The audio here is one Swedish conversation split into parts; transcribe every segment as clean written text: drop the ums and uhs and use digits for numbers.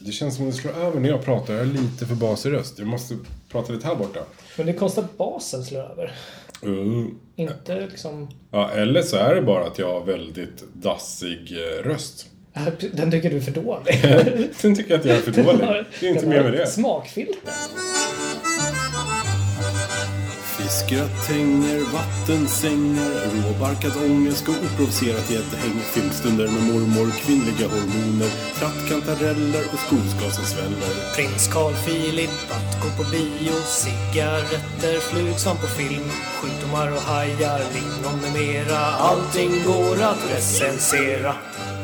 Det känns som att det slår över när jag pratar. Jag är lite för basig röst. Jag måste prata lite här borta. Men det kostar basen slår över. Inte liksom... Ja, eller så är det bara att jag har väldigt dassig röst. Den tycker du är för dålig. Sen tycker jag att jag är för dålig. Det är inte mer med det. Smakfilter. Fiskgratänger, vattensängar, råbarkad ångest och oprovocerat gäddhäng, filmstunder med mormor, kvinnliga hormoner, trattkantareller och skogsgas som sväller. Prins Carl Philip, att gå på bio, cigaretter, flugsvamp på film, sjukdomar och hajar, lingon med mera. Allting går att recensera.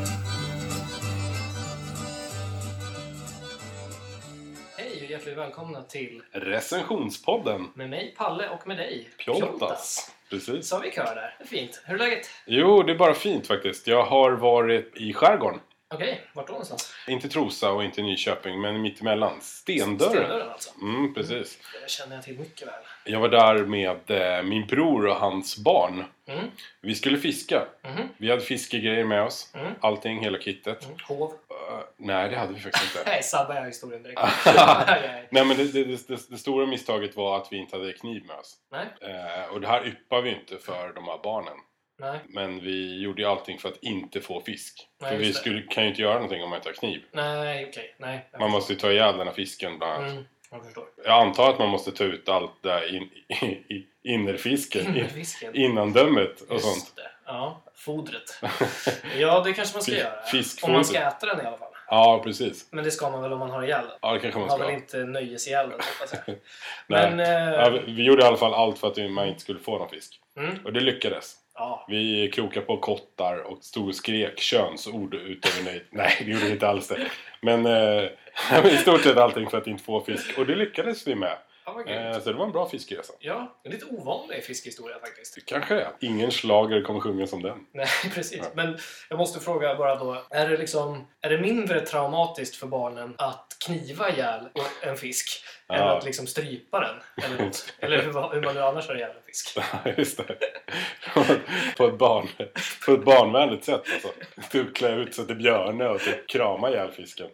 Hjärtligt välkomna till Recensionspodden med mig Palle och med dig Pjoltas. Precis. Så har vi kör där, det är fint. Hur är läget? Jo, det är bara fint faktiskt. Jag har varit i skärgården. Okej, vart då någonstans? Inte Trosa och inte Nyköping, men mittemellan. Stendörren. Stendörren alltså? Precis. Det känner jag till mycket väl. Jag var där med min bror och hans barn. Vi skulle fiska. Vi hade fiskegrejer med oss. Allting, hela kittet. Hov? Nej, det hade vi faktiskt inte. Nej, sabbar jag historien direkt. Nej, men det stora misstaget var att vi inte hade kniv med oss. Nej. Och det här yppar vi inte för de här barnen. Nej. Men vi gjorde ju allting för att inte få fisk. Nej, för vi kan ju inte göra någonting om man inte har kniv. Nej, okej. Nej. Man måste ju ta ihjäl den här fisken bland annat. Jag förstår. Jag antar att man måste ta ut allt där innerfisken. Innerfisken. Innandömet och Just sånt. Det. Ja, fodret. Ja, det kanske man ska göra. Fiskfoder. Om man ska äta den i alla fall. Ja, precis. Men det ska man väl om man har ihjäl den. Ja, det kanske man har ska. väl inte nöjesihjäl den, hoppas jag. Nej. Men, ja, vi gjorde i alla fall allt för att man inte skulle få någon fisk. Och det lyckades. Ja. Vi krokade på kottar och stod och skrek könsord utöver nöjd. Nej, det gjorde vi inte alls det. Men i stort sett allting för att inte få fisk. Och det lyckades vi med. Ja, så det var en bra fiskresa. Ja, det är lite ovanlig fiskhistoria faktiskt. Det kanske är. Ingen schlager kommer sjunga som den. Nej, precis. Ja. Men jag måste fråga bara då. Är det mindre traumatiskt för barnen att kniva ihjäl en fisk än att liksom strypa den? Eller något? Eller hur man nu annars har ihjäl en fisk? Ja, just det. På ett barnvänligt sätt alltså. Du klä ut så till björne och typ krama ihjäl fisken.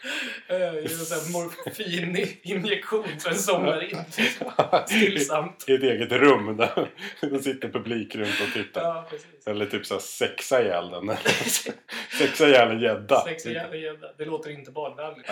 Morfininjektion för en sommarin. Stillsamt. I ett eget rum där det sitter publik runt och tittar. Ja, precis. Eller typ så här sexa ihjäl den. Sexa ihjäl en gädda. Sexa ihjäl en gädda. Det låter inte barnvänligt.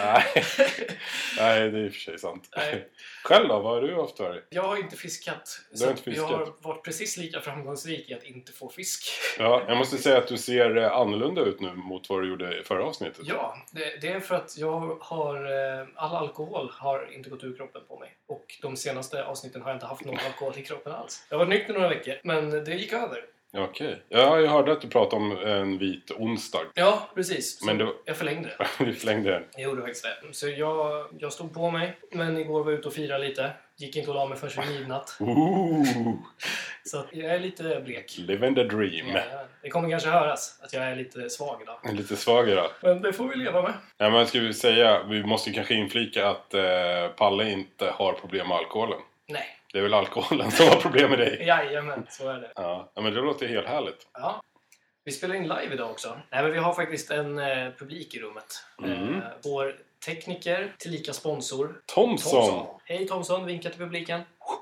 Nej, det är i och för sig sant. Nej. Själv då? Vad har du haft för dig? Jag har inte fiskat. Du har inte fiskat? Jag har varit precis lika framgångsrik i att inte få fisk. Ja, jag måste säga att du ser annorlunda ut nu mot vad du gjorde i förra avsnittet. Ja, det är för att jag har... All alkohol har inte gått ur kroppen på mig. Och de senaste avsnitten har jag inte haft någon alkohol i kroppen alls. Jag var nykter några veckor, men det gick över. Okej. Ja, jag hörde att du pratade om en vit onsdag. Ja, precis. Så men jag förlängde det. Du förlängde den? Jag gjorde faktiskt det. Så jag stod på mig, men igår var jag ute och firade lite. Gick inte och la mig förrän midnatt. Så att jag är lite blek. Living the dream. Ja, det kommer kanske höras att jag är lite svag idag. Lite svag idag. Men det får vi leva med. Ja, men ska vi säga, vi måste kanske inflika att Palle inte har problem med alkoholen. Nej. Det är väl alkoholen som har problem med dig? Jajamän, så är det. Ja, men det låter helt härligt. Ja. Vi spelar in live idag också. Nej, men vi har faktiskt en publik i rummet. Vår tekniker, tillika sponsor. Thomson. Hej Thomson, vinka till publiken.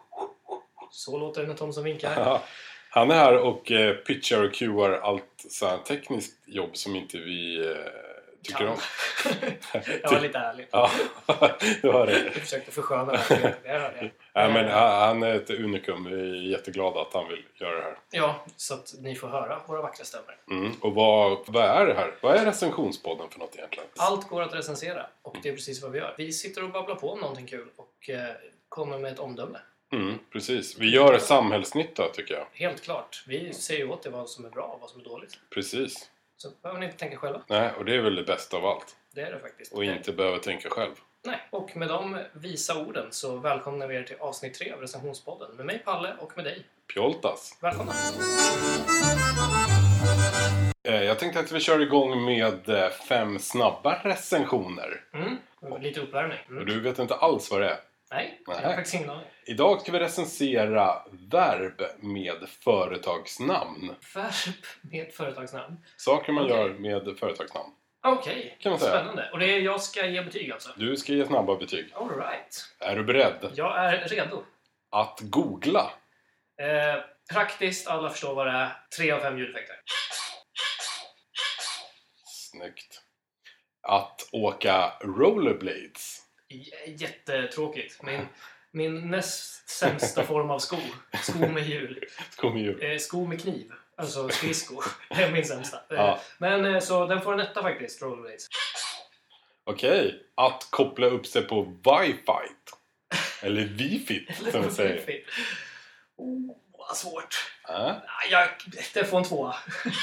Så låter det när Thomson vinkar. Ja, han är här och pitchar och cuear allt så här tekniskt jobb som inte vi tycker om. Jag var lite ärlig. Ja, det var det. Jag försökte försköna det. Ja, men han är ett unikum. Vi är jätteglada att han vill göra det här. Ja, så att ni får höra våra vackra stämmor. Och vad är det här? Vad är recensionspodden för något egentligen? Allt går att recensera och det är precis vad vi gör. Vi sitter och babblar på om någonting kul och kommer med ett omdöme. Precis. Vi gör samhällsnytta tycker jag. Helt klart. Vi säger åt det vad som är bra och vad som är dåligt. Precis. Så behöver ni inte tänka själva. Nej, och det är väl det bästa av allt. Det är det faktiskt. Och inte behöva tänka själv. Nej, och med de visa orden så välkomnar vi er till avsnitt 3 av recensionspodden. Med mig Palle och med dig Pjoltas. Välkomna. Jag tänkte att vi kör igång med 5 snabba recensioner. Lite uppvärmning. Och du vet inte alls vad det är. Nej, jag har faktiskt ingen aning. Idag ska vi recensera verb med företagsnamn. Verb med företagsnamn? Saker man gör med företagsnamn. Okej, Kan man säga. spännande. Och det är jag ska ge betyg alltså? Du ska ge snabba betyg. All right. Är du beredd? Jag är redo. Att googla. Praktiskt, alla förstår vad det är. 3 av 5 ljudeffekter. Snyggt. Att åka rollerblades. Jättetråkigt. Min näst sämsta form av sko. Sko med hjul. Sko med hjul. Sko med kniv. Alltså skridsko. Det är min sämsta. Ja. Men så den får en etta faktiskt, rollerblades. Okej. Att koppla upp sig på Wi-Fi. Eller Wi-Fi, som man säger. Vad svårt. Ja. Det får en 2.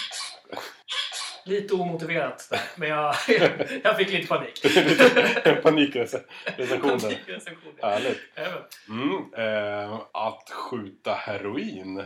Lite omotiverat. Men jag fick lite panik. En panikrecension där. Härligt. Att skjuta heroin.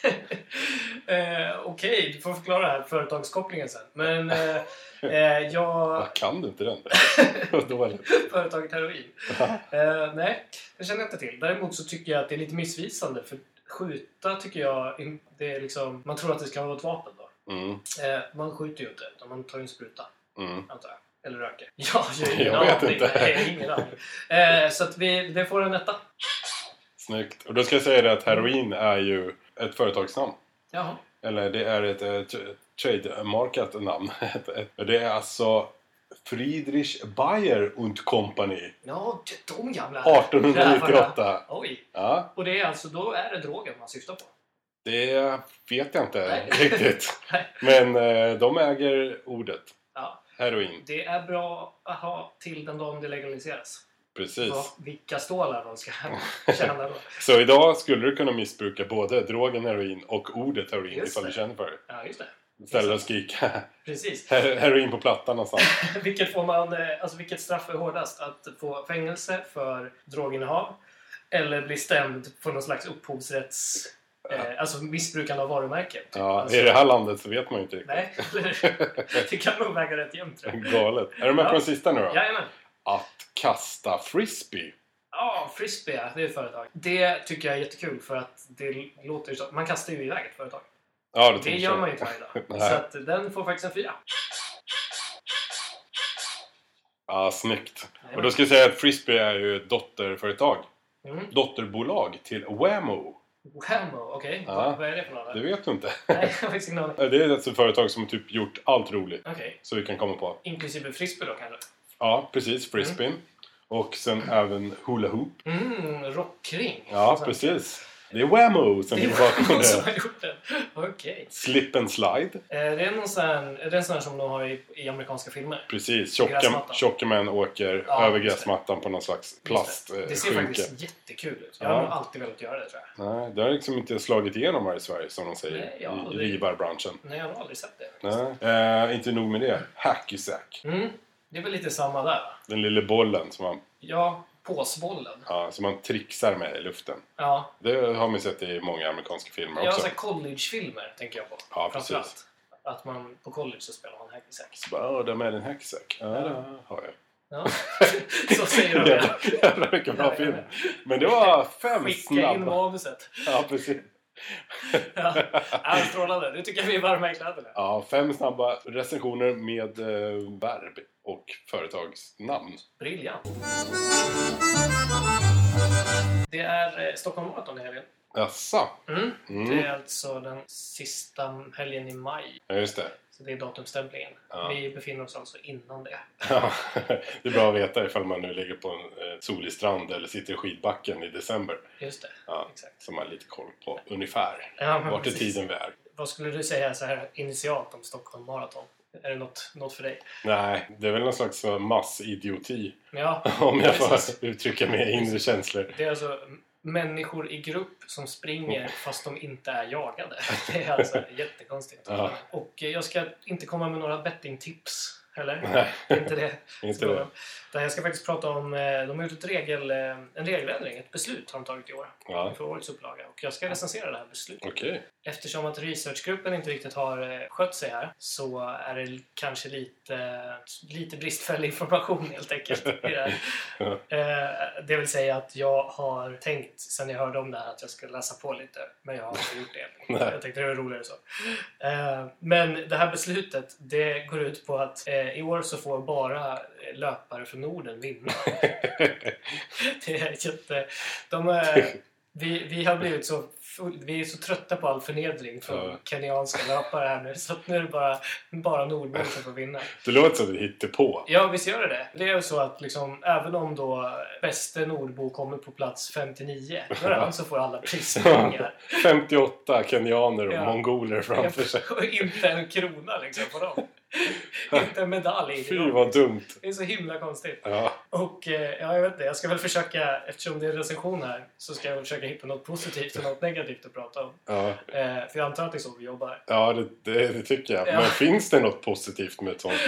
Okej, du får förklara här företagskopplingen sen. Men Jag kan du inte den? Dåligt. Företaget heroin. Nej, det känner jag inte till. Däremot så tycker jag att det är lite missvisande. För skjuta tycker jag, det är liksom, man tror att det ska vara ett vapen då. Man skjuter ju inte, utan man tar en spruta. Antar jag. Eller röker. Jag vet inte. Nej, ingen aning. Så att det får en etta. Snyggt. Och då ska jag säga det att heroin är ju ett företagsnamn. Jaha. Eller det är ett trademarkat namn. Det är alltså Friedrich Bayer und Company. Ja, de gamla. 1898. Oj. Ja. Och det är alltså, då är det drogen man syftar på. Det vet jag inte Nej. riktigt. Nej. Men de äger ordet. Ja. Heroin. Det är bra att ha till den dagen det legaliseras. Precis. Vilka stålar de ska tjäna då. Så idag skulle du kunna missbruka både drogen heroin och ordet heroin ifall du känner för det. Ja, just det. Ställer och skrika Precis. heroin på plattan någonstans. Vilket straff är hårdast? Att få fängelse för droginnehav eller bli stämd på någon slags upphovsrätts... alltså missbrukande av varumärken. Typ. Ja, alltså, i det här landet så vet man ju inte riktigt. Nej, det kan nog väga rätt jämnt. Galet. Är du med på den sista nu då? Jajamän. Att kasta frisbee. Ja, frisbee, det är ett företag. Det tycker jag är jättekul för att det låter ju så. Man kastar ju iväg ett företag. Ja, det gör man ju inte varje dag. Så att den får faktiskt en 4. Ja, snyggt. Och då ska jag säga att Frisbee är ju ett dotterföretag. Dotterbolag till Whammo. Whammo, okej. Vad är det för något? Det vet du inte. Nej, jag har ingen aning. Det är ett företag som typ gjort allt roligt. Okej. Så vi kan komma på. Inklusive frisbee då kanske? Ja, precis. Frisbee. Och sen även hula hoop. Rockring. Ja, precis. Det är Whammo som ligger bakom det. Som har gjort den. Okej. Slip and slide. Det är någon sån här som de har i amerikanska filmer. Precis. Tjocka män åker över gräsmattan på någon slags plast. Det ser faktiskt jättekul ut. Jag har nog alltid velat göra det, tror jag. Nej, det har liksom inte slagit igenom här i Sverige, som de säger. I rivarbranschen. Nej, jag har aldrig sett det. Nej, inte nog med det. Hacky-sack. Det är väl lite samma där, va? Den lilla bollen som man... Ja, påsbollen. Ja, som man trixar med i luften. Ja. Det har man sett i många amerikanska filmer också. Ja, så collegefilmer tänker jag på. Ja, precis. Att man på college så spelar man hacky-sack. Så bara, det är med en hacky-sack. Ja, det har jag. Ja, så säger de. Jävlar vilken bra film. Men det var 5 Skicka snabba. in manuset. Ja, precis. Ja, strålande. Nu tycker jag vi är varma i kläderna. Ja, 5 snabba recensioner med verb och företagsnamn. Briljant. Det är Stockholm Marathon i helgen. Jaså? Det är alltså den sista helgen i maj. Ja, just det. Så det är datumstämplingen. Ja. Vi befinner oss alltså innan det. Ja, det är bra att veta ifall man nu ligger på en solig strand eller sitter i skidbacken i december. Just det, ja, exakt. Så man har lite koll på ungefär vart är tiden vi är. Vad skulle du säga så här initialt om Stockholm Marathon? Är det något för dig? Nej, det är väl någon slags massidioti. Ja, om jag får uttrycka med inre känslor. Det är alltså människor i grupp som springer fast de inte är jagade. Det är alltså jättekonstigt. Ja. Och jag ska inte komma med några bettingtips heller. Nej, inte det. inte det. Där jag ska faktiskt prata om, de har gjort en regeländring, ett beslut har de tagit i år för årets upplaga. Och jag ska recensera det här beslutet. Okay. Eftersom att researchgruppen inte riktigt har skött sig här så är det kanske lite bristfällig information helt enkelt i det här. Det vill säga att jag har tänkt sen jag hörde om det här att jag ska läsa på lite, men jag har inte gjort det. Jag tänkte det var roligare så. Men det här beslutet, det går ut på att i år så får bara löpare från Norden vinna. Det är jätte... Vi har blivit vi är så trötta på all förnedring från kenyanska löpare här nu, så att nu är det bara nordbor som får vinna. Det låter som att du hittar på. Ja, visst gör det. Det är ju så att liksom, även om då bäste nordbo kommer på plats 59, då är det han som får alla prispengar. 58 kenyaner och mongoler framför sig. Och inte en krona liksom på dem. Inte en medalj. Fy vad dumt. Det är så himla konstigt. Ja. Och jag vet inte, jag ska väl försöka, eftersom det är en recension här, så ska jag väl försöka hitta något positivt och något negativt att prata om. Ja. För jag antar att det är så vi jobbar. Ja, det tycker jag. Men finns det något positivt med ett sånt?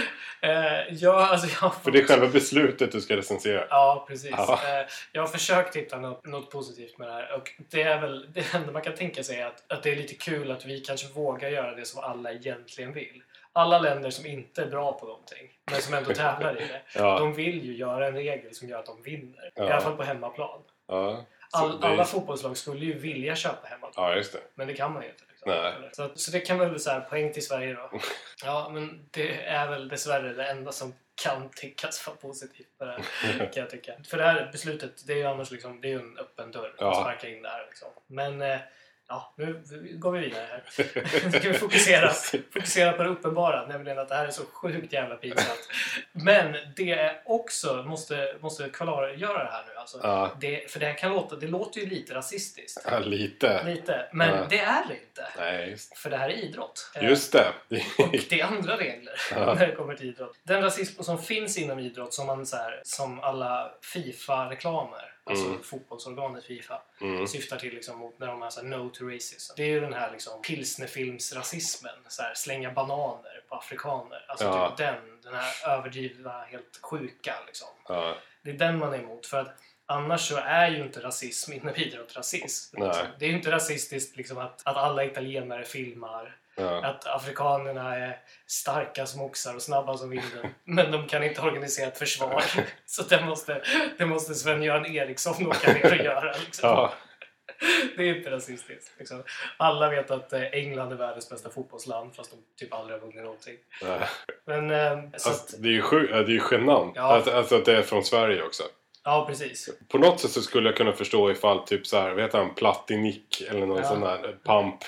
För det är själva beslutet du ska recensera. Ja, precis. Ja. Jag har försökt hitta något positivt med det här. Och det är väl det enda man kan tänka sig att det är lite kul att vi kanske vågar göra det som alla egentligen vill. Alla länder som inte är bra på någonting, men som ändå tävlar i det, de vill ju göra en regel som gör att de vinner. I alla fall på hemmaplan. Ja. Alla fotbollslag skulle ju vilja köpa hemmaplan. Ja, just det. Men det kan man ju inte. Liksom. Så det kan väl bli så här, poäng till Sverige då. Ja, men det är väl dessvärre det enda som kan tyckas vara positivt på det här, kan jag tycka. För det här beslutet, det är ju annars liksom, det är ju en öppen dörr att sparka in där liksom. Men... Ja, nu går vi vidare här. Nu ska vi fokusera på det uppenbara, nämligen att det här är så sjukt jävla pinsamt. Men det är också, måste klargöra det här nu. Alltså, för det här det låter ju lite rasistiskt. Ja, lite. Men det är det inte. Nej, just. För det här är idrott. Just det. Och det är andra regler när det kommer till idrott. Den rasism som finns inom idrott, som alla FIFA-reklamer, alltså fotbollsorganet FIFA, syftar till liksom, mot när de har no to racism. Det är ju den här liksom, pilsnerfilmsrasismen, slänga bananer på afrikaner. Alltså typ den här överdrivna, helt sjuka liksom. Det är den man är emot, för att annars så är ju inte rasism inom idrott rasism. Liksom. Det är ju inte rasistiskt liksom, att alla italienare filmar. Att afrikanerna är starka som oxar och snabba som vinden. Men de kan inte organisera ett försvar. Så det måste Sven-Göran Eriksson åka ner och göra. Liksom. Det är inte rasistiskt. Liksom. Alla vet att England är världens bästa fotbollsland, fast de typ aldrig har vunnit någonting. Men, det är ju genant. Alltså att det är från Sverige också. Ja, precis. På något sätt så skulle jag kunna förstå ifall typ så här, vet han, Platinick eller någon sån där pump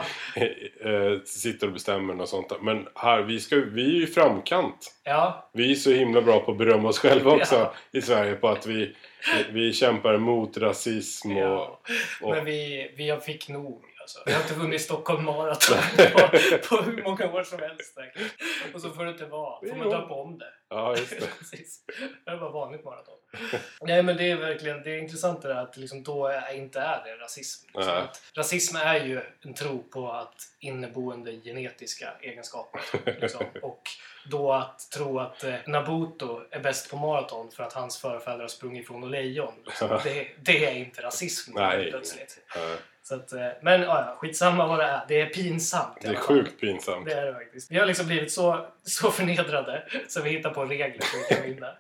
sitter och bestämmer något sånt där. Men här, vi är ju i framkant. Ja. Vi är så himla bra på att berömma oss själva också i Sverige på att vi kämpar mot rasism och... Men vi fick nog. Alltså. Vi har inte vunnit Stockholm Marathon på hur många år som helst. Och så får det inte vara. Får man döpa om det. Ja, just det. Precis. Det är bara vanligt maraton. Nej, men det är verkligen, det är intressant det där att liksom då inte är det rasism. Liksom att rasism är ju en tro på att inneboende genetiska egenskaper. Liksom. Och då att tro att Nabuto är bäst på maraton för att hans förfäder har sprungit från lejon. Liksom. Det är inte rasism. Nej. Plötsligt. Så att, men skitsamma vad det är. Det är pinsamt. Det är sjukt pinsamt. Det är det faktiskt. Vi har liksom blivit så förnedrade så vi hittar på regler så vi kan vinna.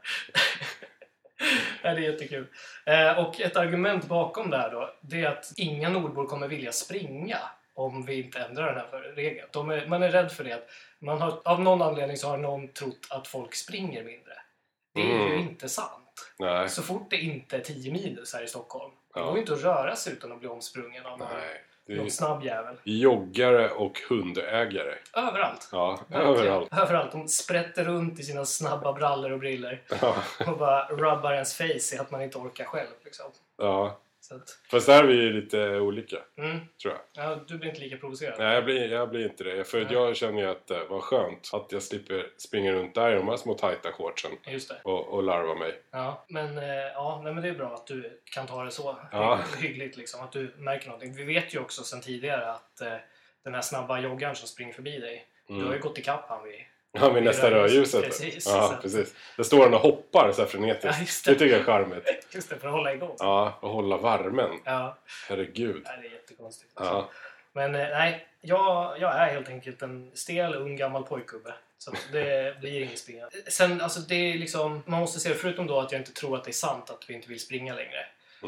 Det är jättekul. Och ett argument bakom det här då, det är att inga nordbor kommer vilja springa om vi inte ändrar den här regeln. Man är rädd för det. Att av någon anledning så har någon trott att folk springer mindre. Det är ju inte sant. Nej. Så fort det inte är 10 minus här i Stockholm, det går ju inte att röra sig utan att bli omsprungen av någon snabb jävel. Joggare och hundägare. Överallt. Ja, överallt. De sprätter runt i sina snabba brallor och briller. Och bara rubbar ens face i att man inte orkar själv. Liksom. Ja. Fast där är vi ju lite olika, tror jag. Ja, du blir inte lika provocerad. Nej, jag blir inte det. För jag känner ju att det var skönt att jag slipper springa runt där i de här små tajta shortsen. Just det. Och larva mig. Ja, men det är bra att du kan ta det så hyggligt liksom. Att du märker någonting. Vi vet ju också sedan tidigare att den här snabba joggaren som springer förbi dig, du har ju gått ikapp han vid Ja, vid nästa rödljuset. Precis. Ja, precis. Det står han och hoppar så här frenetiskt. Ja, just det tycker jag är charmigt. Just det, för att hålla igång. Ja, och hålla värmen. Ja. Herregud. Nej, det är jättekonstigt. Ja. Men nej, jag är helt enkelt en stel, ung, gammal pojkgubbe. Så att det blir ingen springa. Sen, alltså det är liksom, man måste se, förutom då att jag inte tror att det är sant att vi inte vill springa längre.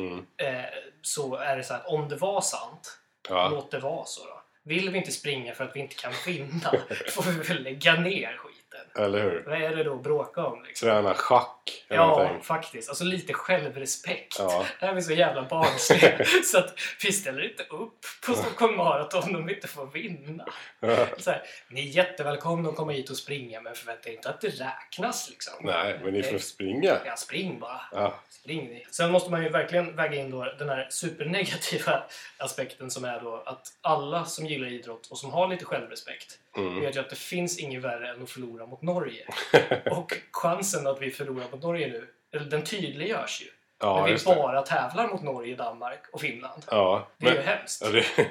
Så är det så att om det var sant, låt det vara så då. Vill vi inte springa för att vi inte kan vinna, får vi väl lägga ner skiten. Eller hur? Vad är det då att bråka om? Liksom? Träna schack. Ja, faktiskt. Alltså lite självrespekt. Ja. Det här är så jävla barnsliga. Så att vi ställer inte upp på Stockholm Marathon om vi inte får vinna. Så här, ni är jättevälkomna att komma hit och springa, men förvänta inte att det räknas liksom. Nej, men ni får springa. Ja, spring bara. Ja. Spring ni. Sen måste man ju verkligen väga in då den här supernegativa aspekten som är då att alla som gillar idrott och som har lite självrespekt vet ju att det finns inget värre än att förlora mot Norge. Och chansen att vi förlorar mot Norge nu, eller den tydliggörs ju. Ja, när vi bara tävlar mot Norge, Danmark och Finland. Ja, det är ju hemskt.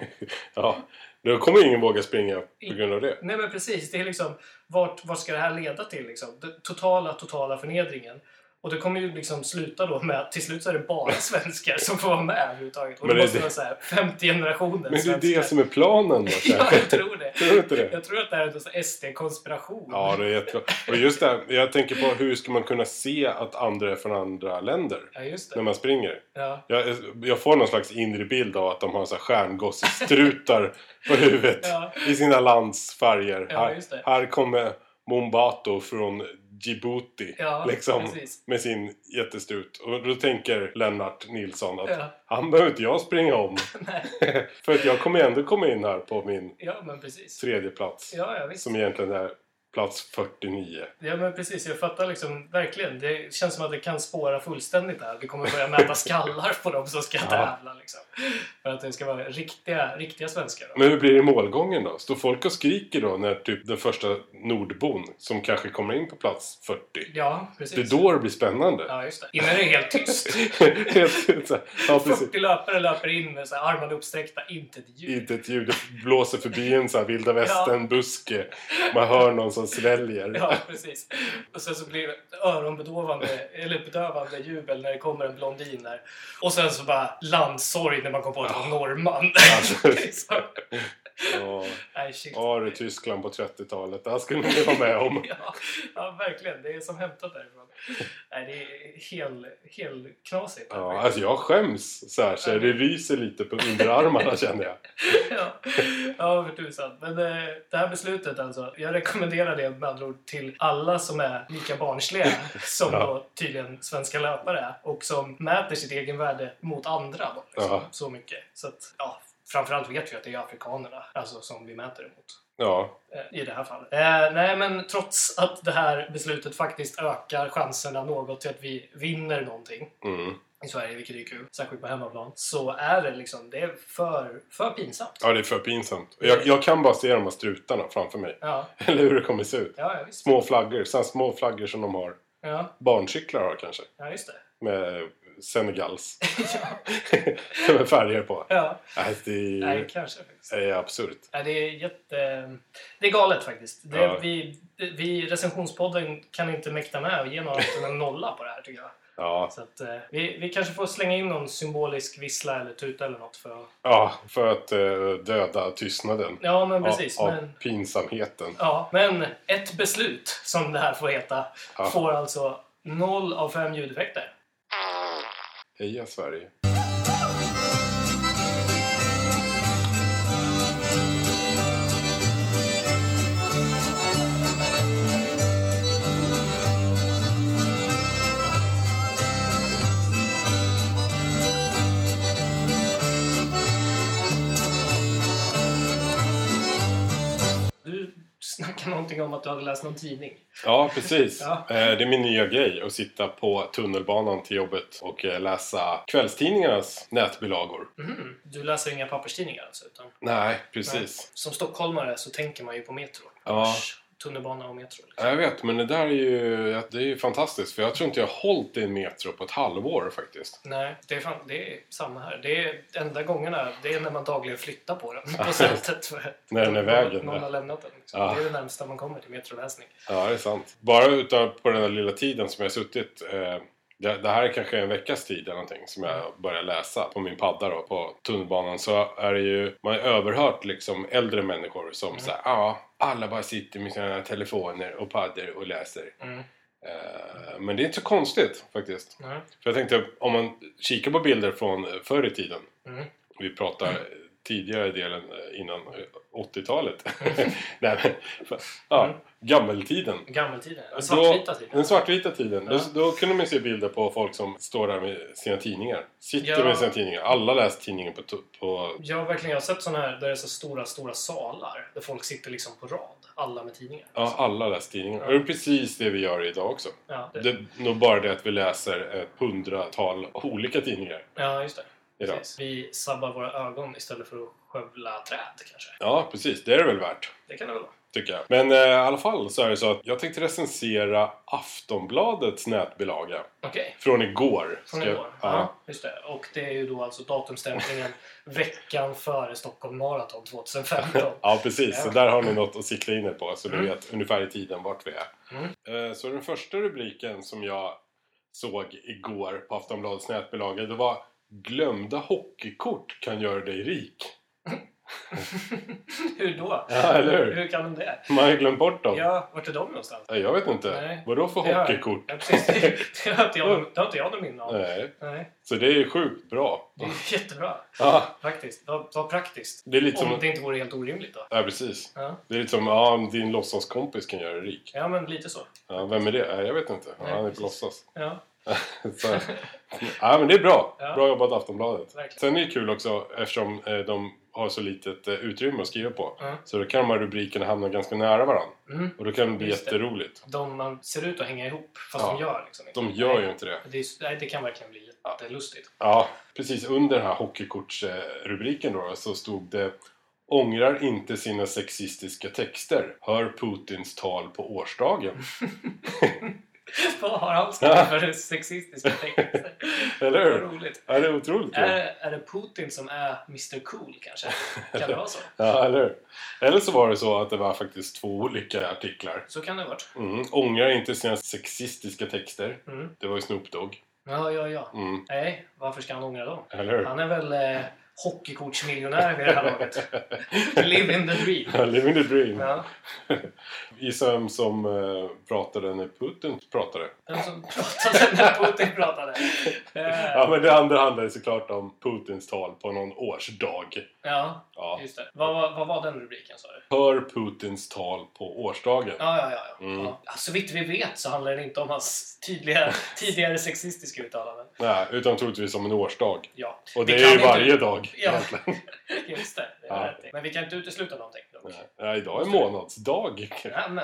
Ja, då kommer ingen våga springa på grund av det. Nej, men precis. Det är liksom, vart ska det här leda till? Liksom? Den totala förnedringen. Och det kommer ju liksom sluta då med att till slut så är det bara svenskar som får vara med överhuvudtaget. Och det måste vara så här 50 generationer Men det är svenskar. det som är planen då. Ja, jag tror det. Tror du inte det? Jag tror att det här är en SD-konspiration. Ja, det är jättebra. Och just det här, jag tänker på hur ska man kunna se att andra är från andra länder Ja, just det. när man springer. Ja. Jag får någon slags inre bild av att de har så här stjärngossestrutar på huvudet i sina landsfärger. Ja, just det. Här kommer Mombato från Djibouti liksom, med sin jättestrut. Och då tänker Lennart Nilsson att han behöver inte jag springa om. För att jag kommer ändå komma in här på min tredje plats. Ja, visst. Som egentligen är plats 49. Ja, men precis. Jag fattar liksom verkligen. Det känns som att det kan spåra fullständigt här. Vi kommer börja mäta skallar på dem som ska tävla liksom. För att det ska vara riktiga svenskar. Då. Men hur blir det i målgången då? Står folk och skriker då när typ den första nordbon som kanske kommer in på plats 40? Ja, precis. Det är då det blir spännande. Ja, just det. Innan är det helt tyst. Helt så här. Ja, 40 löpare löper in med så här, armarna uppsträckta, inte ett ljud. Inte ett ljud. Det blåser förbi en så här vilda västern-buske. Man hör någon som sväljer. Ja, precis. Och sen så blir det bedövande jubel när det kommer en blondin där. Och sen så bara landsorg när man kommer på att det var norrman. Ja, det Tyskland på 30-talet. Det här skulle ni vara med om. Ja, verkligen. Det är som hämtat därifrån. Nej, det är helt knasigt. Ja, alltså jag skäms så här, så det ryser lite på underarmarna känner jag. Ja, för tusan. Men det här beslutet alltså, jag rekommenderar det med andra ord till alla som är lika barnsliga som då tydligen svenska löpare är och som mäter sitt egen värde mot andra då, liksom, så mycket. Så att, framförallt vet vi att det är afrikanerna alltså, som vi mäter emot. Ja. I det här fallet. Nej, men trots att det här beslutet faktiskt ökar chanserna något till att vi vinner någonting i Sverige, vilket är kul, särskilt på hemmaplan, så är det liksom, det är för pinsamt. Ja, det är för pinsamt. Jag kan bara se de här strutarna framför mig. Ja. Eller hur det kommer se ut. Ja, visst. Små flaggor, sen små flaggor som de har. Ja. Barncyklar har kanske. Ja, just det. Med Senegals. Som är färger på. Ja. Nej, kanske faktiskt. Det är absurt. Det är det är galet faktiskt. Vi recensionspodden kan inte mäkta med och ge någon nolla på det här tycker jag. Ja. Så att vi kanske får slänga in någon symbolisk vissla eller tuta eller något för att... Ja, för att döda tystnaden. Ja, men precis. Av pinsamheten. Ja, men ett beslut som det här får heta får alltså 0 av 5 ljudeffekter. Heja Sverige. Du snackade någonting om att du hade läst någon tidning. Ja, precis. Det är min nya grej att sitta på tunnelbanan till jobbet och läsa kvällstidningarnas nätbilagor. Du läser inga papperstidningar alltså? Utan... Nej, precis. Nej. Som stockholmare så tänker man ju på Metro. Ja. tunnelbana och metro. Liksom. Jag vet, men det är ju fantastiskt. För jag tror inte jag har hållit i en metro på ett halvår faktiskt. Nej, det är samma här. Det är enda gångerna, det är när man dagligen flyttar på den på sättet. För när den är vägen. Någon har lämnat den. Liksom. Ja. Det är det närmsta man kommer till metroläsning. Ja, det är sant. Bara på den här lilla tiden som jag har suttit... Det här är kanske en veckas tid eller någonting som jag börjar läsa på min padda då, på tunnelbanan. Så är det ju, man har överhört liksom äldre människor som säger alla bara sitter med sina telefoner och paddor och läser. Men det är inte så konstigt faktiskt. För jag tänkte, om man kikar på bilder från förr i tiden. Vi pratar tidigare delen innan 80-talet. Nej, men, gammeltiden. Den svartvita tiden. Den svartvita tiden. Då kunde man se bilder på folk som står där med sina tidningar. Sitter med sina tidningar. Alla läser tidningen på... Ja, verkligen. Jag har sett sådana här där det är så stora salar. Där folk sitter liksom på rad. Alla med tidningar. Ja, alla läser tidningar. Och det är precis det vi gör idag också. Ja, det är nog bara det att vi läser ett 100-tal olika tidningar. Ja, just det. Vi sabbar våra ögon istället för att skövla träd kanske. Ja, precis. Det är det väl värt. Det kan det väl vara. Tycker jag. Men i alla fall så är det så att jag tänkte recensera Aftonbladets nätbilaga. Okej. Från igår. Ja, just det. Och det är ju då alltså datumstämplingen veckan före Stockholm Marathon 2015. Ja, precis. Ja. Så där har ni något att sikta in er på. Så ni vet ungefär i tiden vart vi är. Så den första rubriken som jag såg igår på Aftonbladets nätbilaga, det var: glömda hockeykort kan göra dig rik. Hur då? Ja, eller hur? Hur kan de det? Man har glömt bort dem. Ja, vart är de någonstans? Jag vet inte. Nej. Vadå för hockeykort? Ja, precis. Det har inte jag någon minne av. Nej. Så det är sjukt bra. Det är jättebra. Ja. Faktiskt. Vad praktiskt. Det är lite om det inte vore helt orimligt då. Ja, precis. Ja. Det är lite som, din låtsaskompis kan göra dig rik. Ja, men lite så. Ja, vem är det? Jag vet inte. Nej, han är på låtsas. Ja. Så, ja, men det är bra. Ja. Bra jobbat Aftonbladet. Verkligen. Sen är det kul också eftersom de har så litet utrymme att skriva på. Så då kan de här rubrikerna hamna ganska nära varandra. Och då kan det bli jätteroligt. Man ser ut att hänga ihop, fast de gör liksom inte. De gör ju inte det. Det kan verkligen bli jättelustigt. Ja, precis. Under den här hockeykortsrubriken då så stod det: ångrar inte sina sexistiska texter. Hör Putins tal på årsdagen. Vad har han skrivit för sexistiska texter? Eller hur? Vad roligt. Ja, det är otroligt. Är det Putin som är Mr. Cool kanske? Kan det vara så? Ja, eller hur? Eller så var det så att det var faktiskt 2 olika artiklar. Så kan det ha varit. Ångrar inte sina sexistiska texter. Det var ju Snoop Dogg. Ja. Nej, varför ska han ångra dem? Eller hur? Han är väl hockeykortsmiljonär vid det här laget. Live in the dream. Ja, live in the dream. Ja. Gissa vem som pratade när Putin pratade. Vem som pratade när Putin pratade? Ja, men det andra handlade såklart om Putins tal på någon årsdag. Ja. Just det. Vad var den rubriken, sa du? Hör Putins tal på årsdagen. Ja. Så vitt vi vet så handlar det inte om hans tidigare sexistiska uttalanden. Nej, utan troligtvis om en årsdag. Ja. Och det är ju varje dag. Ja, just det. Det är rätt. Men vi kan inte utesluta någonting. Nej, idag är månadsdag. Ja, men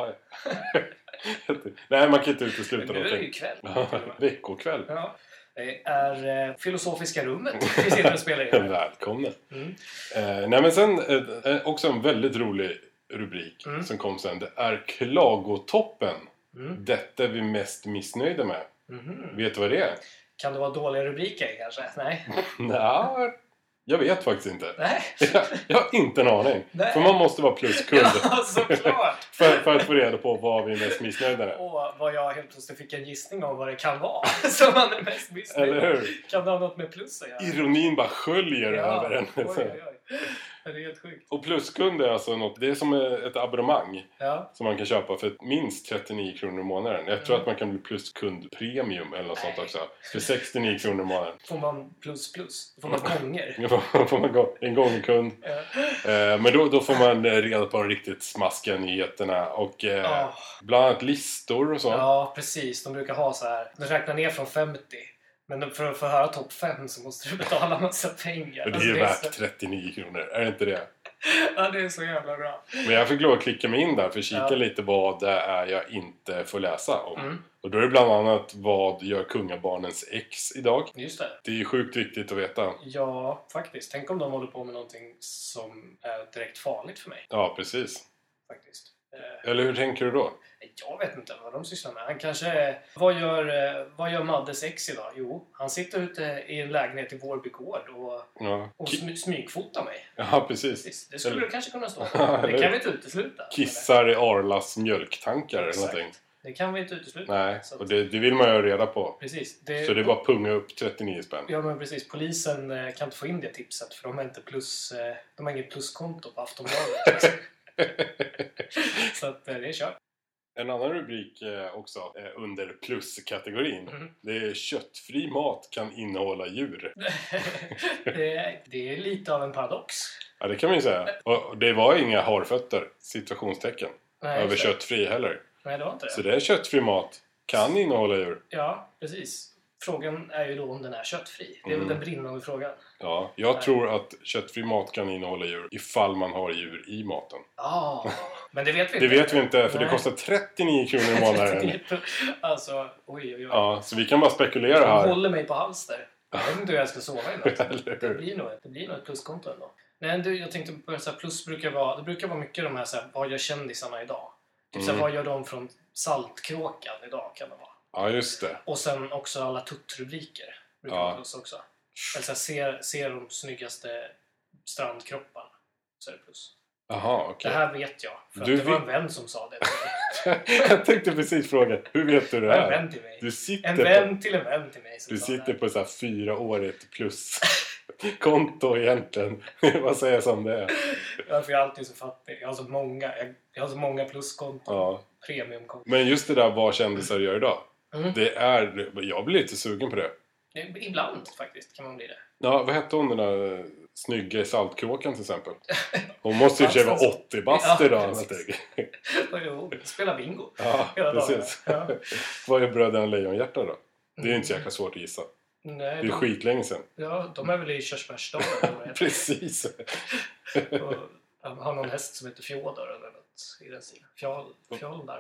nej, man kan inte utesluta någonting. Nu är det ju kväll. Veckokväll. Ja. Det är Filosofiska rummet vi sitter och spelar in. Välkomna. Nej, men sen också en väldigt rolig rubrik som kom sen. Det är Klagotoppen. Detta är vi mest missnöjda med. Vet du vad det är? Kan det vara dåliga rubriker kanske? Nej. Nej. Jag vet faktiskt inte. Nej. Jag har inte en aning. Nej. För man måste vara pluskund. Ja, såklart. för att få reda på vad vi är mest missnöjda med. Och vad jag helt plötsligt fick en gissning om vad det kan vara som man är mest missnöjd med. Eller hur? Kan det ha något med plus att göra? Ironin bara sköljer över en. Oj. Det är helt sjukt. Och pluskund är alltså något, det är som ett abonnemang som man kan köpa för minst 39 kronor i månaden. Jag tror att man kan bli pluskund premium eller något sånt också. För 69 kronor i månaden. Får man plus? Får man gånger? Får man en gångkund. Men då får man reda på de riktigt smaskiga nyheterna och bland annat listor och så. Ja, precis. De brukar ha så här. De räknar ner från 50. Men för att få höra topp 5 så måste du betala massa pengar. Och det är ju värt 39 kronor, är det inte det? Ja, det är så jävla bra. Men jag fick lov att klicka mig in där för att kika lite vad det är jag inte får läsa om. Och då är det bland annat vad gör kungabarnens ex idag. Just det. Det är ju sjukt viktigt att veta. Ja, faktiskt. Tänk om de håller på med någonting som är direkt farligt för mig. Ja, precis. Faktiskt. Eller hur tänker du då? Jag vet inte vad de sysslar med. Han kanske... Vad gör Maddes ex idag? Jo, han sitter ute i en lägenhet i Vårby gård och smygfotar mig. Ja, precis. Det skulle det kanske kunna stå. Det kan vi inte utesluta. Kissar i Arlas mjölktankar eller någonting. Det kan vi inte utesluta. Nej, och det vill man ju ha reda på. Precis. Så det är bara punga upp 39 spänn. Ja, men precis. Polisen kan inte få in det tipset för de har inte de har inget pluskonto på Aftonbladet. Så att det är kört. En annan rubrik också under pluskategorin. Det är köttfri mat kan innehålla djur. det är lite av en paradox. Ja, det kan man ju säga. Och det var inga harfötter, situationstecken, över köttfri heller. Nej, det var inte det. Så det är köttfri mat kan innehålla djur. Ja, precis. Frågan är ju då om den är köttfri. Det är väl den brinnande frågan. Ja, jag tror att köttfri mat kan innehålla djur ifall man har djur i maten. Men det vet vi inte. Det vet vi inte, för det kostar 39 kronor i månaden. Alltså, oj. Ja, så vi kan bara spekulera här. Jag håller mig på halster. Jag vet inte hur jag ska sova i natt. Det blir nog ett pluskonto ändå. Nej, jag tänkte på så här, plus brukar vara mycket de här, så här, vad gör kändisarna idag? Typ så här, vad gör de från Saltkråkan idag kan det vara. Ja, just det. Och sen också alla tuttrubriker brukar vara plus också. Alltså ser de snyggaste strandkropparna så är det plus. Jaha, okej. Det här vet jag. För det var en vän som sa det. Jag tänkte precis fråga, hur vet du det här? En vän till mig. En vän till mig. Du sitter på så här 4-årigt plus konto egentligen. Vad säger jag som det är? Ja, för jag är alltid så fattig. Jag har så många pluskonton. Ja. Premiumkonton. Men just det där vad kändisar gör idag. Jag blir lite sugen på det. Ibland faktiskt kan man bli det. Ja, vad hette hon den där snygga i Saltkråkan till exempel? Hon måste ju vara 80 bast idag. Jo, spela bingo. Ja, precis. Ja. Vad är Bröderna Lejonhjärta då? Det är ju inte så jäkla svårt att gissa. Nej, det är skitlänge sedan. Ja, de är väl i körsbärsdagen. Precis. Och har någon häst som heter Fjodor eller något i den stilen. Fjölar.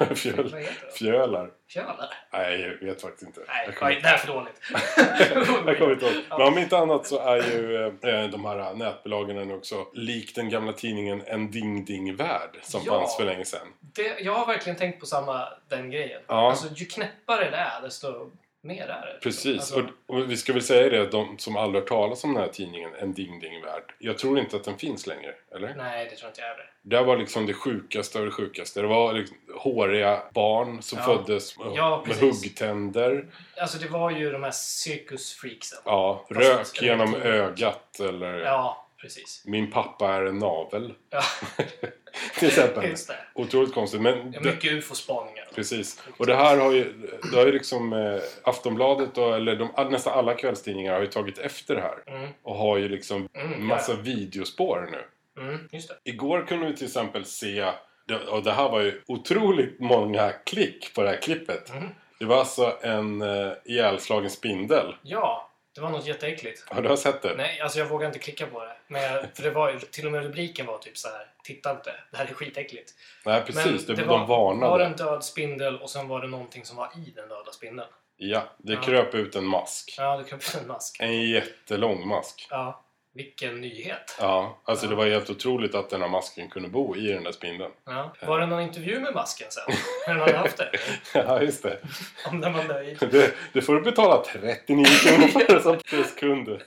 Fjölar. Fjölar? Nej, jag vet faktiskt inte. Nej, det är för dåligt. Jag kommer inte ihåg. Men om inte annat så är ju de här nätbolagen nu också likt den gamla tidningen En Ding-Ding-värld som fanns för länge sedan. Jag har verkligen tänkt på den grejen. Ja. Alltså, ju knäppare det är, desto mer är det. Precis, alltså... och vi ska väl säga det att de som aldrig har talat om den här tidningen En Ding-Ding-värld, jag tror inte att den finns längre, eller? Nej, det tror inte jag heller. Det var liksom det sjukaste av det sjukaste. Det var liksom håriga barn som föddes med huggtänder. Alltså det var ju de här cirkusfreaksen. Ja, rök genom ögat eller... Ja, precis. Min pappa är en navel. Ja. Till exempel. Just det. Otroligt konstigt. Men mycket ufo-spaningar. Precis. Och det här har ju liksom Aftonbladet eller nästan alla kvällstidningar har ju tagit efter det här. Och har ju liksom massa videospår nu. Just det. Igår kunde vi till exempel se, och det här var ju otroligt många klick på det här klippet. Det var alltså en ihjälslagen spindel. Ja. Det var något jätteäckligt. Har du sett det? Nej, alltså jag vågar inte klicka på det. Men för det var till och med rubriken var typ så här: titta inte, det här är skitäckligt. Nej, precis. Men de varnade. Det var en död spindel och sen var det någonting som var i den döda spindeln. Ja, det kröp ut en mask. Ja, det kröp ut en mask. En jättelång mask. Ja, vilken nyhet. Ja, alltså det var helt otroligt att den här masken kunde bo i den där spindeln. Ja. Var det någon intervju med masken sen? Hur den hade haft det? Ja, just det. Om den var nöjd. Det får du betala 39 kronor för som pluskunde.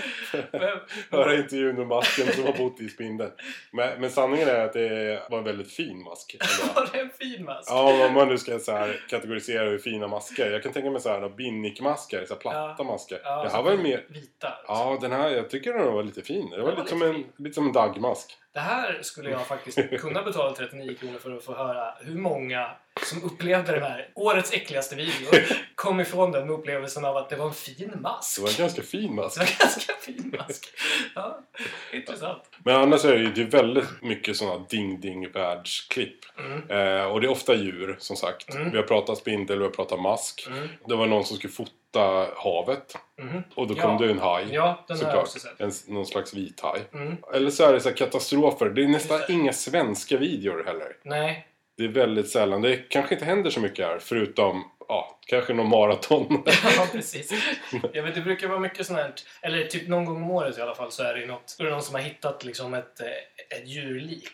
Höra intervjun med masken som har bott i spindeln. Men sanningen är att det var en väldigt fin mask. Var det en fin mask? Ja, om man nu ska så här kategorisera hur fina masker. Jag kan tänka mig så här binnikmasker, så här platta masker. Ja, det här var mer vita. Ja, den här, jag tycker den var lite fin. Det var lite som en dagmask. Det här skulle jag faktiskt kunna betala 39 kronor för att få höra hur många som upplevde den här årets äckligaste video kom ifrån den med upplevelsen av att det var en fin mask. Det var en ganska fin mask. Det var en ganska fin mask. Ja, intressant. Men annars är det ju väldigt mycket sådana ding-ding-världsklipp. Och det är ofta djur, som sagt. Vi har pratat spindel, vi har pratat mask. Det var någon som skulle fota havet. Och då kom det en haj. Ja, den har jag också sett. Någon slags vit haj. Eller så är det så här katastrofer. Det är nästan inga svenska videor heller. Nej. Det är väldigt sällan. Det kanske inte händer så mycket här. Förutom, kanske någon maraton. Ja, precis. Jag vet, det brukar vara mycket sånt här. Eller typ någon gång om året i alla fall så är det någon som har hittat liksom ett djurlik.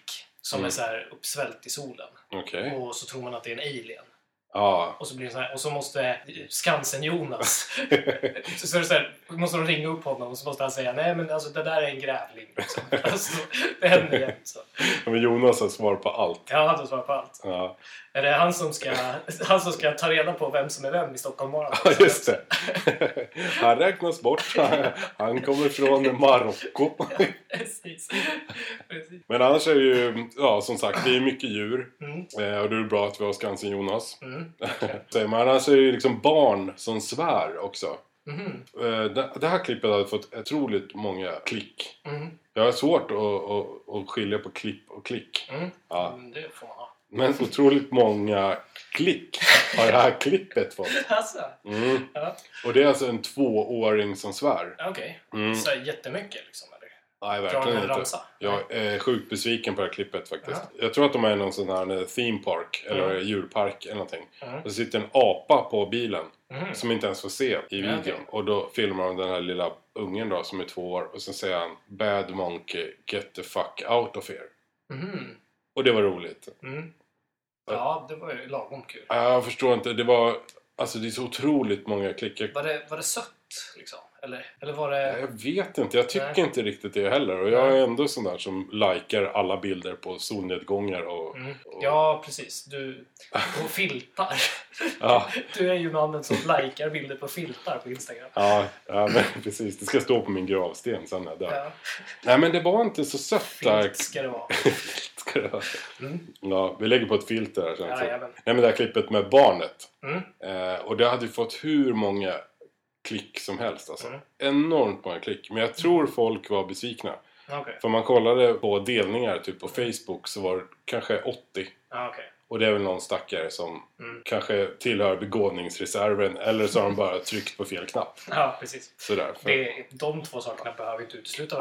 som är så här uppsvällt i solen. Okay. Och så tror man att det är en alien. Ja. Och så blir det så här, och så måste Skansen-Jonas så är det så här, måste de ringa upp honom och så måste han säga nej men alltså det där är en grävling liksom. Alltså, det händer igen så. Ja, men Jonas har svar på allt. Ja, han har svar på allt. Ja. Är det han som ska ta reda på vem som är vem i Stockholm morgon? Ja, just det. Han räknas bort. Han kommer från Marocko. Precis. Men annars är det ju, ja som sagt, det är mycket djur. Och det är bra att vi har Skansen-Jonas. Men annars är det ju liksom barn som svär också. Det här klippet hade fått otroligt många klick. Jag har svårt att skilja på klipp och klick. Ja. Det får man ha. Men otroligt många klick har det här klippet fått. Alltså. Ja. Och det är alltså en 2-åring som svär. Okej. Så jättemycket liksom, eller? Nej, verkligen inte. Jag är sjukt besviken på det här klippet faktiskt. Jag tror att de är någon sån här theme park eller djurpark eller någonting. Och så sitter en apa på bilen som inte ens får se i videon. Och då filmar de den här lilla ungen då som är 2 år. Och sen säger han "Bad monkey, get the fuck out of here". Och det var roligt. Ja, det var ju lagom kul. Jag förstår inte. Det var... Alltså det är så otroligt många klickar. Var det sött liksom? Eller var det... Jag vet inte. Jag tycker inte riktigt det heller. Och jag är ändå sån där som likar alla bilder på solnedgångar och... Ja, precis. Du filtar. Ja. Du är ju mannen som likar bilder på filtar på Instagram. Ja, men precis. Det ska stå på min gravsten sen där. Ja. Nej, men det var inte så sött där. Filt ska det vara. Filt ska det vara. Ja, vi lägger på ett filter här sen. Ja, nej, men det här klippet med barnet. Och det hade ju fått hur många klick som helst alltså. Enormt många klick. Men jag tror folk var besvikna. Okay. För man kollade på delningar typ på Facebook så var det kanske 80. Okay. Och det är väl någon stackare som kanske tillhör begåvningsreserven. Eller så har de bara tryckt på fel knapp. Ja, precis. Sådär. De 2 sakerna behöver inte utesluta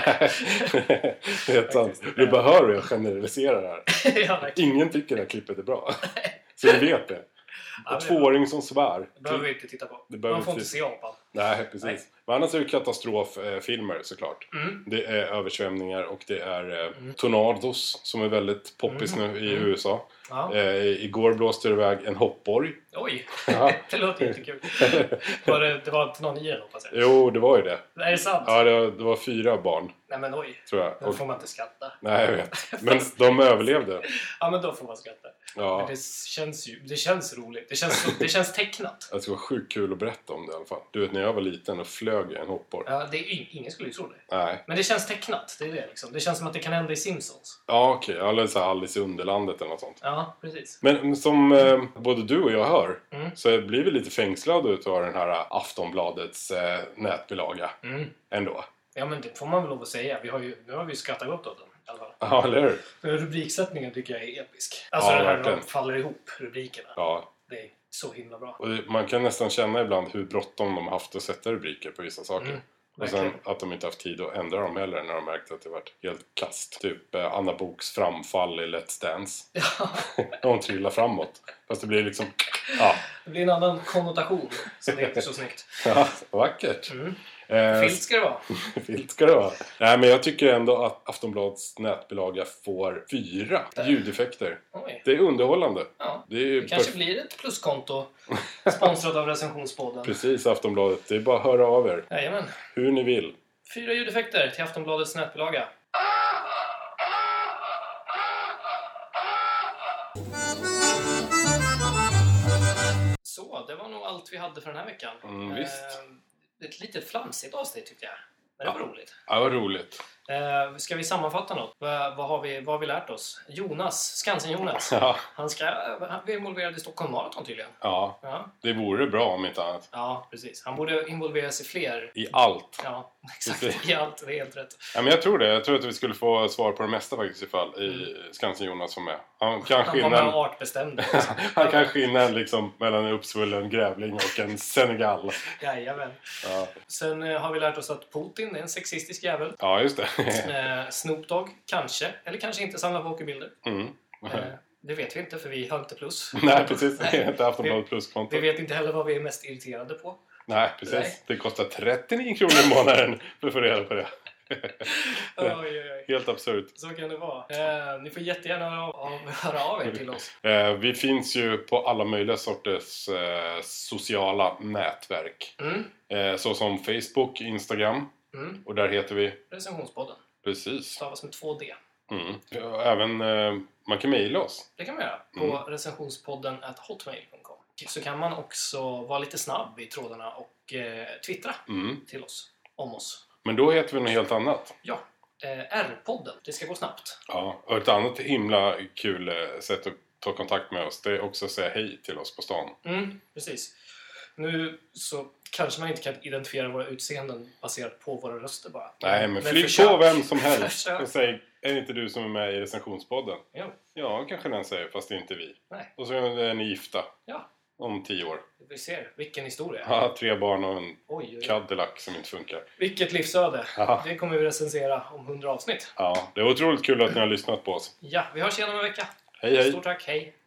varandra. Du behöver jag generalisera det här. Ja, ingen tycker det här klippet är bra. Så du vet det. En 2-åring som svär. Det behöver vi inte titta på. Man får inte se apan. Nej, precis. Nej. Men annars är det katastroffilmer såklart. Det är översvämningar och det är tornados som är väldigt poppis nu i USA. Igår blåste det iväg en hoppborg. Oj, det låter jättekul. Det var inte någon i den, hoppas jag. Jo, det var ju det. Är det sant? Ja, det var 4 barn. Nej men oj, tror jag. Då får man inte skratta. Nej, jag vet. Men de överlevde. Ja, men då får man skratta. Ja. Men det känns roligt. Det känns tecknat. Det var sjukt kul att berätta om det i alla fall. Du vet, när jag var liten och flög en hoppborg. Ja, ingen skulle ju tro det. Nej. Men det känns tecknat, det är det liksom. Det känns som att det kan hända i Simpsons. Ja, okej. Eller så Alice i Underlandet eller något sånt. Ja, precis. Men som både du och jag hör så blir vi lite fängslade utav den här Aftonbladets nätbilaga. Ändå. Ja, men det får man väl lov att säga. Nu har vi skrattat gott åt den. Ja, eller hur? Rubriksättningen tycker jag är episk. Alltså det här när de faller ihop, rubrikerna. Ja. Det är så himla bra. Och man kan nästan känna ibland hur bråttom de har haft att sätta rubriker på vissa saker. Och sen att de inte haft tid att ändra dem heller när de märkt att det varit helt kast. Typ Anna Boks framfall i Let's Dance. Ja. De trillar framåt. Fast det blir liksom... Ja. Det blir en annan konnotation som heter så snyggt. Ja, vackert. Filt ska det vara. Filt ska det vara. Nej, men jag tycker ändå att Aftonbladets nätbilaga får 4 ljudeffekter. Oj. Det är underhållande. Ja. Det kanske blir ett pluskonto sponsrat av recensionspodden. Precis, Aftonbladet. Det är bara att höra av er. Jajamän. Hur ni vill. 4 ljudeffekter till Aftonbladets nätbilaga. Så, det var nog allt vi hade för den här veckan. Visst. Ett lite flamsigt avsnitt tyckte jag. Men det var roligt. Ja, vad roligt. Ska vi sammanfatta något? Vad har vi lärt oss? Skansen-Jonas. Ja. Han blir involverad i Stockholm Marathon tydligen. Ja, det vore bra om inte annat. Ja, precis. Han borde involveras i fler. I allt. Ja, exakt. Precis. I allt, det är helt rätt. Ja, men jag tror det. Jag tror att vi skulle få svar på det mesta faktiskt ifall i Skansen-Jonas som är. Han var artbestämd. Han kan skillna liksom mellan en uppsvullen grävling och en Senegal. Jajamän. Ja. Sen har vi lärt oss att Putin är en sexistisk jävel. Ja, just det. Snoop Dogg kanske, eller kanske inte samlar pokerbilder. Det vet vi inte för vi har inte plus. Nej, precis. Vi har inte haft något pluskonto. Vi vet inte heller vad vi är mest irriterade på. Nej, precis. Nej. Det kostar 39 kronor i månaden för att få reda på det. Oj. Helt absurt. Så kan det vara. Ni får jättegärna höra av er till oss. Vi finns ju på alla möjliga sorters sociala nätverk. Så som Facebook, Instagram. Och där heter vi Recensionspodden. Precis. Stavas med 2D. Även man kan mejla oss. Det kan man göra på recensionspodden@hotmail.com. Så kan man också vara lite snabb i trådarna och twittra till oss om oss. Men då heter vi något helt annat. Ja, R-podden. Det ska gå snabbt. Ja, och ett annat himla kul sätt att ta kontakt med oss, det är också att säga hej till oss på stan. Precis. Nu så kanske man inte kan identifiera våra utseenden baserat på våra röster bara. Nej, men flyg på vem som helst och säg, är det inte du som är med i recensionspodden? Jo. Ja, kanske den säger, fast det är inte vi. Nej. Och så är ni gifta. Ja. Om 10 år. Vi ser, vilken historia. Ja, 3 barn och en Cadillac som inte funkar. Vilket livsöde. Aha. Det kommer vi recensera om 100 avsnitt. Ja, det var otroligt kul att ni har lyssnat på oss. Ja, vi hörs igen om en vecka. Hej, hej. Stort tack, hej.